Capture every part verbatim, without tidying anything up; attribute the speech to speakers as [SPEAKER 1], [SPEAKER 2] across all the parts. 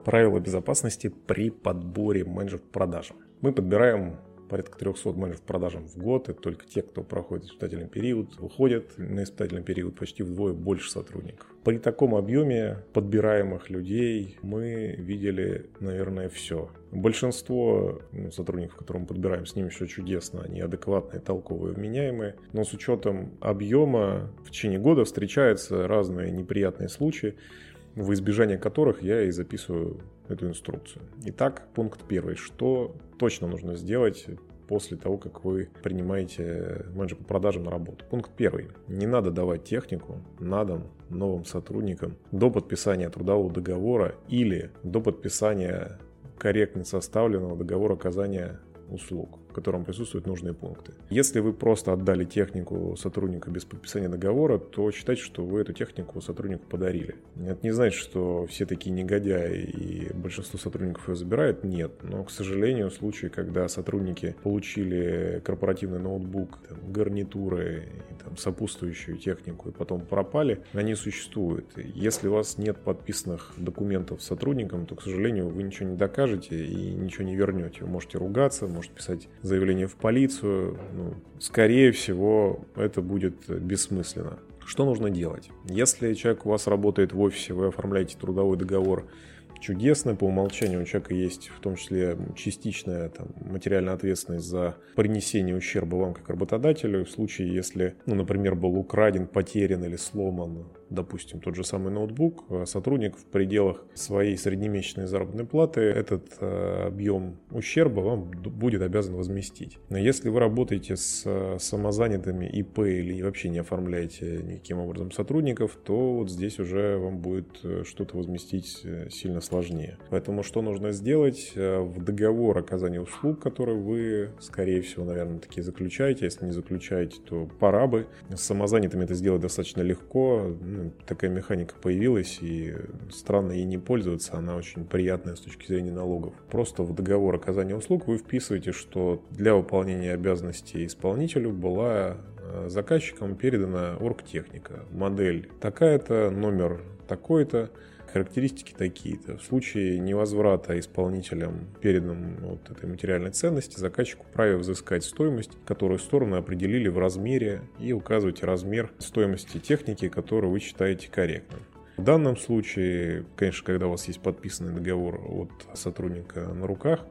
[SPEAKER 1] Правила безопасности при подборе менеджеров по продажам. Мы подбираем порядка трехсот менеджеров по продажам в год. Это только те, кто проходит испытательный период, выходят на испытательный период почти вдвое больше сотрудников. При таком объеме подбираемых людей мы видели, наверное, все. Большинство ну, сотрудников, которые мы подбираем, с ними все чудесно, они адекватные, толковые, вменяемые. Но с учетом объема в течение года встречаются разные неприятные случаи, в избежание которых я и записываю эту инструкцию. Итак, пункт первый. Что точно нужно сделать после того, как вы принимаете менеджера по продажам на работу? Пункт первый. Не надо давать технику на дом новым сотрудникам до подписания трудового договора или до подписания корректно составленного договора оказания услуг, в котором присутствуют нужные пункты. Если вы просто отдали технику сотрудника без подписания договора, то считайте, что вы эту технику сотруднику подарили. Это не значит, что все такие негодяи и большинство сотрудников ее забирают. Нет. Но, к сожалению, случаи, когда сотрудники получили корпоративный ноутбук, там, гарнитуры и там, сопутствующую технику и потом пропали, они существуют. Если у вас нет подписанных документов с сотрудником, то, к сожалению, вы ничего не докажете и ничего не вернете. Вы можете ругаться, можете писать заявление в полицию. Ну, скорее всего, это будет бессмысленно. Что нужно делать? Если человек у вас работает в офисе, вы оформляете трудовой договор, чудесно, по умолчанию у человека есть в том числе частичная там, материальная ответственность за принесение ущерба вам как работодателю. В случае, если, ну, например, был украден, потерян или сломан, допустим, тот же самый ноутбук, сотрудник в пределах своей среднемесячной заработной платы этот э, объем ущерба вам будет обязан возместить. Но если вы работаете с самозанятыми ИП или вообще не оформляете никаким образом сотрудников, то вот здесь уже вам будет что-то возместить сильно сложнее. Поэтому что нужно сделать? В договор оказания услуг, который вы, скорее всего, наверное, таки заключаете, если не заключаете, то пора бы. С самозанятыми это сделать достаточно легко. Такая механика появилась, и странно ей не пользоваться, она очень приятная с точки зрения налогов. Просто в договор оказания услуг вы вписываете, что для выполнения обязанностей исполнителю была заказчиком передана оргтехника. Модель такая-то, номер такой-то, характеристики такие-то. В случае невозврата исполнителям переданной вот этой материальной ценности, заказчику вправе взыскать стоимость, которую стороны определили в размере, и указывайте размер стоимости техники, которую вы считаете корректным. В данном случае, конечно, когда у вас есть подписанный договор от сотрудника на руках,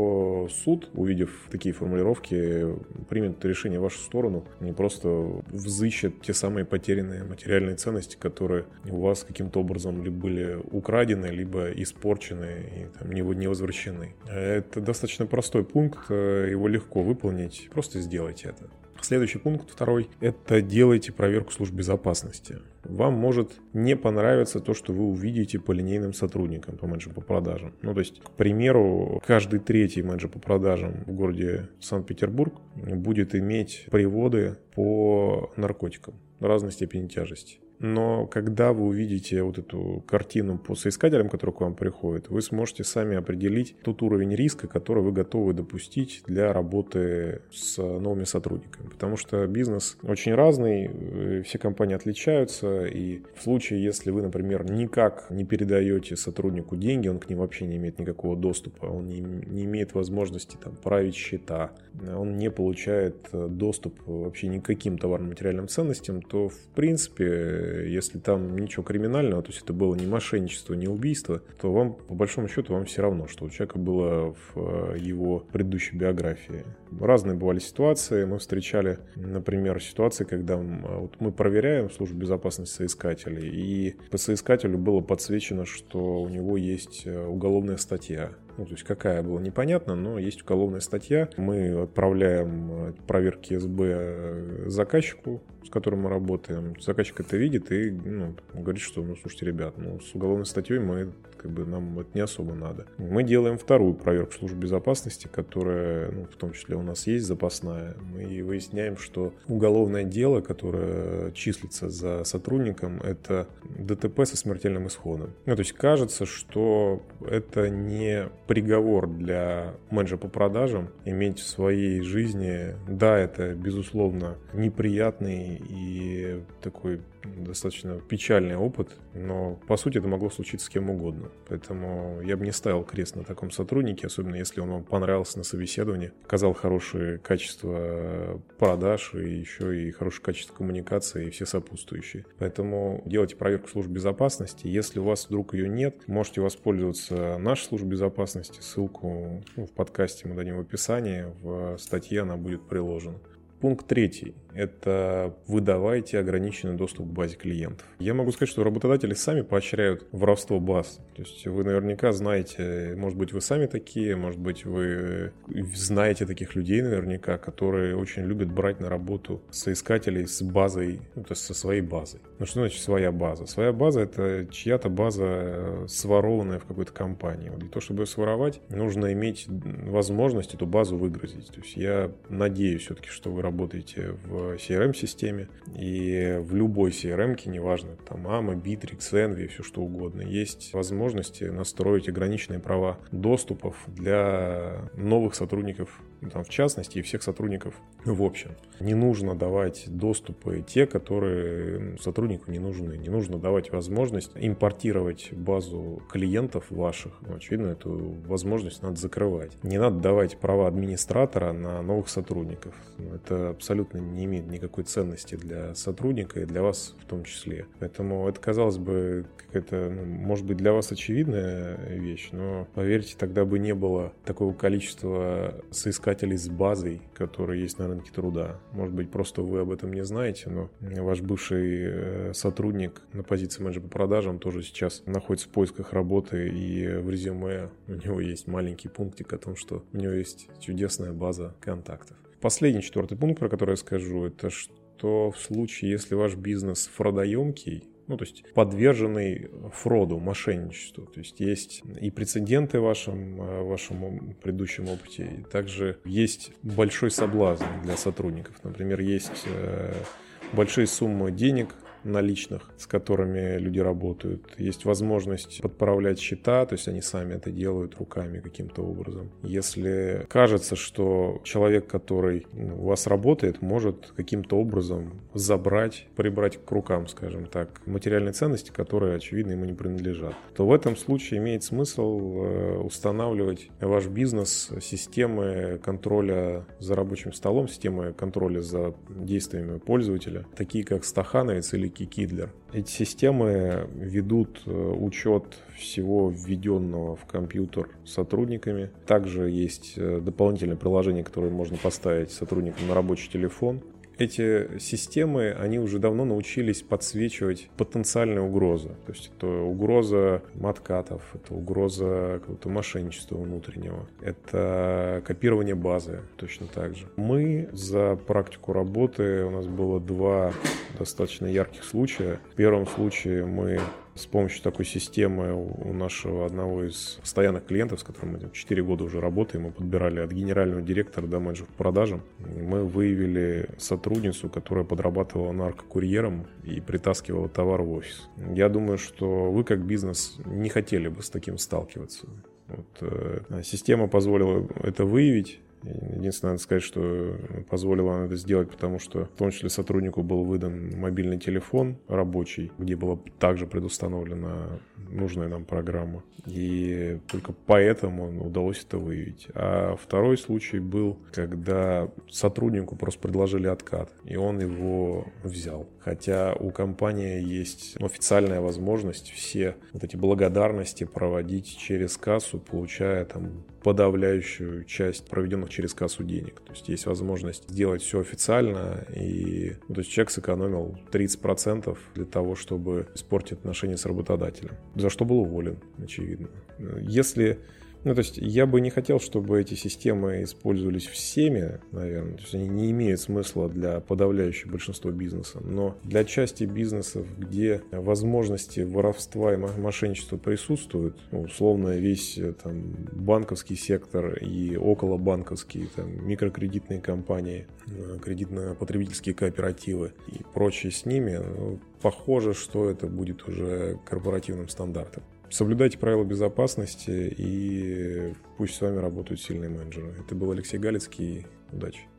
[SPEAKER 1] то суд, увидев такие формулировки, примет решение в вашу сторону и просто взыщет те самые потерянные материальные ценности, которые у вас каким-то образом либо были украдены, либо испорчены и там, не возвращены. Это достаточно простой пункт, его легко выполнить, просто сделайте это. Следующий пункт, второй, это делайте проверку служб безопасности. Вам может не понравиться то, что вы увидите по линейным сотрудникам, по менеджеру по продажам. Ну, то есть, к примеру, каждый третий менеджер по продажам в городе Санкт-Петербург будет иметь приводы по наркотикам разной степени тяжести. Но когда вы увидите вот эту картину по соискателям, которые к вам приходят, вы сможете сами определить тот уровень риска, который вы готовы допустить для работы с новыми сотрудниками. Потому что бизнес очень разный, все компании отличаются, и в случае, если вы, например, никак не передаете сотруднику деньги, он к ним вообще не имеет никакого доступа, он не, не имеет возможности там, править счета, он не получает доступ вообще ни к каким товарно-материальным ценностям, то в принципе, если там ничего криминального, то есть это было не мошенничество, не убийство, то вам, по большому счету, вам все равно, что у человека было в его предыдущей биографии. Разные бывали ситуации. Мы встречали, например, ситуации, когда вот мы проверяем службу безопасности соискателей, и по соискателю было подсвечено, что у него есть уголовная статья. Ну, то есть какая была, непонятно, но есть уголовная статья. Мы отправляем проверки эс бэ заказчику, с которым мы работаем. Заказчик это видит и ну, говорит, что, ну, слушайте, ребят, ну, с уголовной статьей мы, как бы, нам это не особо надо. Мы делаем вторую проверку службы безопасности, которая, ну, в том числе у нас есть запасная. Мы выясняем, что уголовное дело, которое числится за сотрудником, это дэ тэ пэ со смертельным исходом. Ну, то есть кажется, что это не приговор для менеджера по продажам иметь в своей жизни. Да, это, безусловно, неприятный длительный и такой достаточно печальный опыт, но по сути это могло случиться с кем угодно. Поэтому я бы не ставил крест на таком сотруднике, особенно если он вам понравился на собеседовании, показал хорошие качества продаж и еще и хорошее качество коммуникации и все сопутствующие. Поэтому делайте проверку служб безопасности. Если у вас вдруг ее нет, можете воспользоваться нашей службой безопасности. Ссылку ну, в подкасте мы дадим в описании, в статье она будет приложена. Пункт третий. Это выдавайте ограниченный доступ к базе клиентов. Я могу сказать, что работодатели сами поощряют воровство баз. То есть вы наверняка знаете, может быть, вы сами такие, может быть, вы знаете таких людей наверняка, которые очень любят брать на работу соискателей с базой, ну, то есть со своей базой. Ну, что значит своя база? Своя база — это чья-то база, сворованная в какой-то компании. Для того, чтобы ее своровать, нужно иметь возможность эту базу выгрузить. То есть я надеюсь все-таки, что вы работаете в си ар эм-системе, и в любой си ар эм-ке, неважно, там эй эм эй, Bittrex, Envy, все что угодно, есть возможности настроить ограниченные права доступов для новых сотрудников, там, в частности, и всех сотрудников в общем. Не нужно давать доступы те, которые сотруднику не нужны. Не нужно давать возможность импортировать базу клиентов ваших. Ну, очевидно, эту возможность надо закрывать. Не надо давать права администратора на новых сотрудников. Это абсолютно не имеет никакой ценности для сотрудника и для вас в том числе. Поэтому это, казалось бы, какая-то, ну, может быть, для вас очевидная вещь, но, поверьте, тогда бы не было такого количества соискателей с базой, которые есть на рынке труда. Может быть, просто вы об этом не знаете, но ваш бывший сотрудник на позиции менеджера по продажам тоже сейчас находится в поисках работы, и в резюме у него есть маленький пунктик о том, что у него есть чудесная база контактов. Последний, четвертый пункт, про который я скажу, это что в случае, если ваш бизнес фродоемкий, ну, то есть подверженный фроду, мошенничеству. То есть есть и прецеденты в вашем, в вашем предыдущем опыте, и также есть большой соблазн для сотрудников. Например, есть большие суммы денег наличных, с которыми люди работают. Есть возможность подправлять счета, то есть они сами это делают руками каким-то образом. Если кажется, что человек, который у вас работает, может каким-то образом забрать, прибрать к рукам, скажем так, материальные ценности, которые, очевидно, ему не принадлежат, то в этом случае имеет смысл устанавливать в ваш бизнес системы контроля за рабочим столом, системы контроля за действиями пользователя, такие как Стахановец или Кидлер. Эти системы ведут учет всего введенного в компьютер сотрудниками. Также есть дополнительное приложение, которое можно поставить сотрудникам на рабочий телефон. Эти системы, они уже давно научились подсвечивать потенциальные угрозы. То есть это угроза откатов, это угроза какого-то мошенничества внутреннего, это копирование базы точно так же. Мы за практику работы, у нас было два достаточно ярких случая. В первом случае мы с помощью такой системы у нашего одного из постоянных клиентов, с которым мы четыре года уже работаем, мы подбирали от генерального директора до менеджера по продажам, мы выявили сотрудницу, которая подрабатывала наркокурьером и притаскивала товар в офис. Я думаю, что вы как бизнес не хотели бы с таким сталкиваться. Вот, э, система позволила это выявить. Единственное, надо сказать, что позволила она это сделать, потому что в том числе сотруднику был выдан мобильный телефон рабочий, где была также предустановлена нужная нам программа. И только поэтому удалось это выявить. А второй случай был, когда сотруднику просто предложили откат, и он его взял. Хотя у компании есть официальная возможность все вот эти благодарности проводить через кассу, получая там подавляющую часть проведенных через кассу денег. То есть есть возможность сделать все официально, и ну, то есть человек сэкономил тридцать процентов для того, чтобы испортить отношения с работодателем, за что был уволен, очевидно. Если Ну, то есть я бы не хотел, чтобы эти системы использовались всеми, наверное. То есть они не имеют смысла для подавляющего большинства бизнеса. Но для части бизнесов, где возможности воровства и мошенничества присутствуют, ну, условно весь там, банковский сектор и околобанковские, там, микрокредитные компании, кредитно-потребительские кооперативы и прочие с ними, ну, похоже, что это будет уже корпоративным стандартом. Соблюдайте правила безопасности, и пусть с вами работают сильные менеджеры. Это был Алексей Галицкий. Удачи!